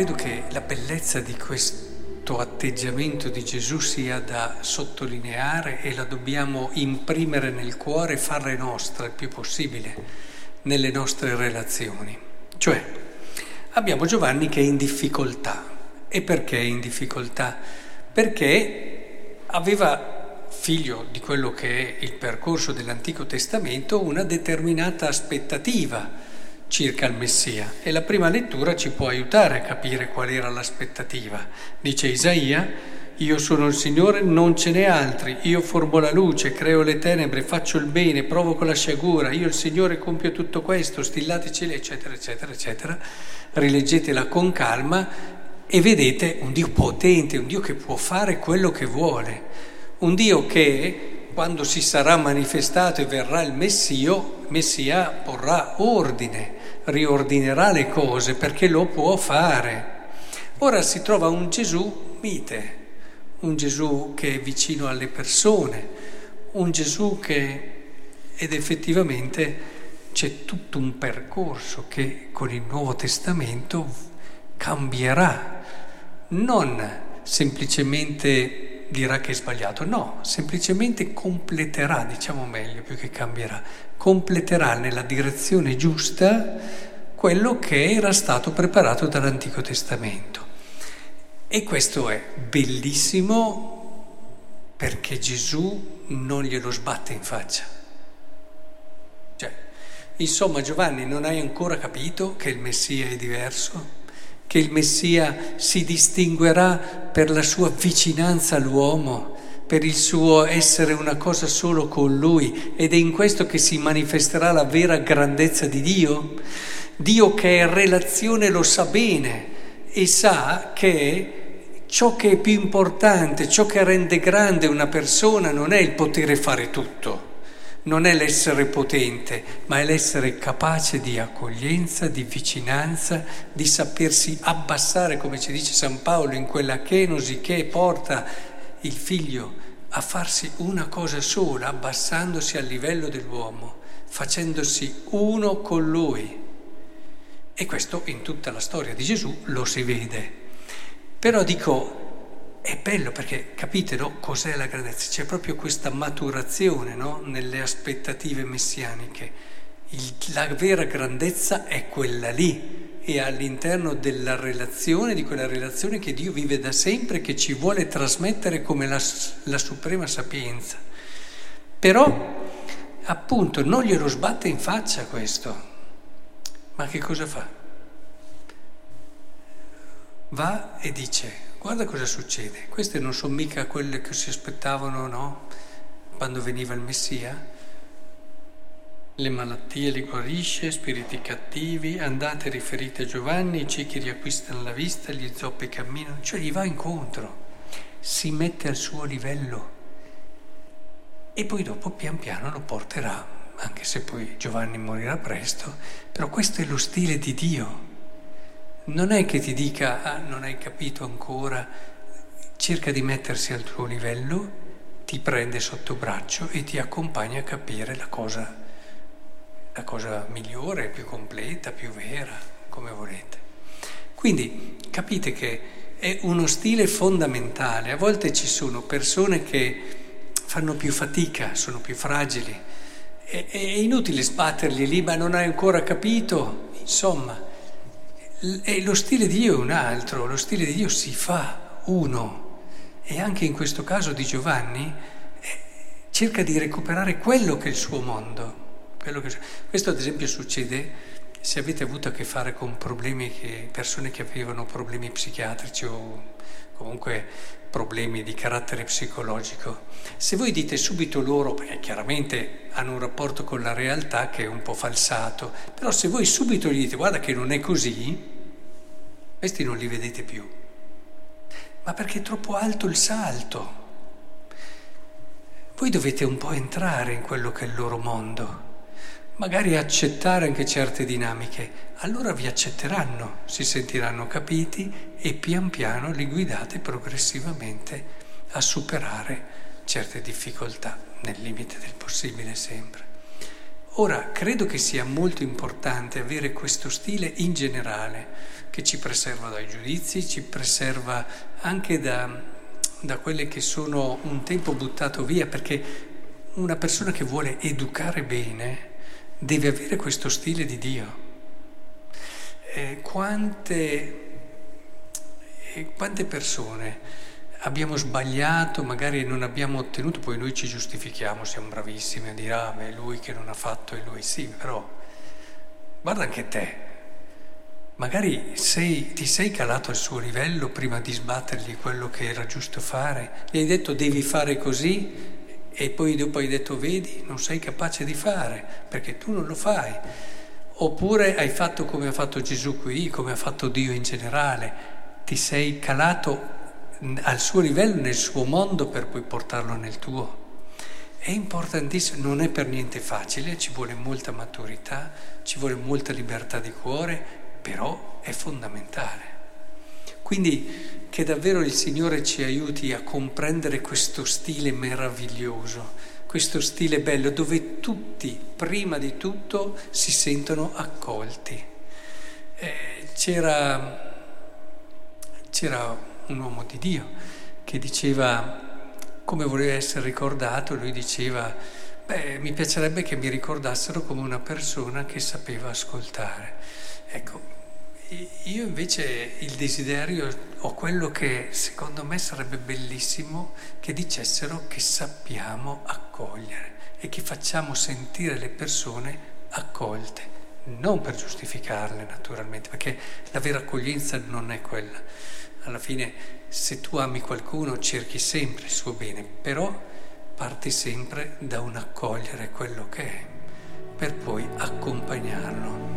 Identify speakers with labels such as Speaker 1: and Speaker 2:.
Speaker 1: credo che la bellezza di questo atteggiamento di Gesù sia da sottolineare e la dobbiamo imprimere nel cuore e farla nostra il più possibile nelle nostre relazioni. Cioè, abbiamo Giovanni che è in difficoltà. E perché è in difficoltà? Perché aveva, figlio di quello che è il percorso dell'Antico Testamento, una determinata aspettativa circa il Messia, e la prima lettura ci può aiutare a capire qual era l'aspettativa. Dice Isaia: io sono il Signore, non ce n'è altri, io formo la luce, creo le tenebre, faccio il bene, provoco la sciagura, io il Signore compio tutto questo, stillate i cieli, eccetera, eccetera, eccetera. Rileggetela con calma e vedete un Dio potente, un Dio che può fare quello che vuole, un Dio che quando si sarà manifestato e verrà il Messia porrà ordine, riordinerà le cose perché lo può fare. Ora si trova un Gesù mite, un Gesù che è vicino alle persone, un Gesù ed effettivamente c'è tutto un percorso che con il Nuovo Testamento cambierà, non semplicemente dirà che è sbagliato, no, semplicemente completerà, diciamo meglio, più che cambierà, completerà nella direzione giusta quello che era stato preparato dall'Antico Testamento. E questo è bellissimo perché Gesù non glielo sbatte in faccia. Cioè, insomma, Giovanni, non hai ancora capito che il Messia è diverso? Che il Messia si distinguerà per la sua vicinanza all'uomo, per il suo essere una cosa solo con Lui, ed è in questo che si manifesterà la vera grandezza di Dio? Dio che è relazione lo sa bene e sa che ciò che è più importante, ciò che rende grande una persona non è il potere fare tutto, non è l'essere potente, ma è l'essere capace di accoglienza, di vicinanza, di sapersi abbassare, come ci dice San Paolo, in quella kenosi che porta il figlio a farsi una cosa sola, abbassandosi al livello dell'uomo, facendosi uno con lui. E questo in tutta la storia di Gesù lo si vede. Però dico, è bello perché capite, no? Cos'è la grandezza? C'è proprio questa maturazione, no? Nelle aspettative messianiche. La vera grandezza è quella lì e all'interno della relazione, di quella relazione che Dio vive da sempre, che ci vuole trasmettere come la suprema sapienza. Però appunto non glielo sbatte in faccia questo. Ma che cosa fa? Va e dice: guarda cosa succede, queste non sono mica quelle che si aspettavano, no? Quando veniva il Messia. Le malattie li guarisce, spiriti cattivi, andate riferite a Giovanni, i ciechi riacquistano la vista, gli zoppi camminano, cioè gli va incontro, si mette al suo livello e poi dopo pian piano lo porterà, anche se poi Giovanni morirà presto, però questo è lo stile di Dio. Non è che ti dica, non hai capito ancora, cerca di mettersi al tuo livello, ti prende sotto braccio e ti accompagna a capire la cosa migliore, più completa, più vera, come volete. Quindi capite che è uno stile fondamentale. A volte ci sono persone che fanno più fatica, sono più fragili, è inutile sbatterli lì, ma non hai ancora capito, insomma. E lo stile di Dio è un altro, lo stile di Dio si fa uno, e anche in questo caso di Giovanni cerca di recuperare quello che è il suo mondo. Questo ad esempio succede se avete avuto a che fare con persone che avevano problemi psichiatrici o comunque problemi di carattere psicologico. Se voi dite subito loro, perché chiaramente hanno un rapporto con la realtà che è un po' falsato, però se voi subito gli dite guarda che non è così, questi non li vedete più. Ma perché è troppo alto il salto. Voi dovete un po' entrare in quello che è il loro mondo, magari accettare anche certe dinamiche, allora vi accetteranno, si sentiranno capiti e pian piano li guidate progressivamente a superare certe difficoltà, nel limite del possibile sempre. Ora, credo che sia molto importante avere questo stile in generale, che ci preserva dai giudizi, ci preserva anche da quelle che sono un tempo buttato via, perché una persona che vuole educare bene deve avere questo stile di Dio. Quante persone abbiamo sbagliato, magari non abbiamo ottenuto, poi noi ci giustifichiamo, siamo bravissimi a dire è lui che non ha fatto e lui sì, però guarda anche te, magari ti sei calato al suo livello prima di sbattergli quello che era giusto fare, gli hai detto devi fare così e poi dopo hai detto vedi, non sei capace di fare perché tu non lo fai. Oppure hai fatto come ha fatto Gesù qui, come ha fatto Dio in generale, ti sei calato al suo livello, nel suo mondo, per poi portarlo nel tuo. È importantissimo, non è per niente facile, ci vuole molta maturità, ci vuole molta libertà di cuore, però è fondamentale. Quindi che davvero il Signore ci aiuti a comprendere questo stile meraviglioso, questo stile bello dove tutti, prima di tutto, si sentono accolti. C'era un uomo di Dio che diceva come voleva essere ricordato, lui diceva mi piacerebbe che mi ricordassero come una persona che sapeva ascoltare. Ecco, io invece il desiderio ho quello che secondo me sarebbe bellissimo che dicessero che sappiamo accogliere e che facciamo sentire le persone accolte, non per giustificarle naturalmente, perché la vera accoglienza non è quella. Alla fine se tu ami qualcuno cerchi sempre il suo bene, però parti sempre da un accogliere quello che è, per poi accompagnarlo.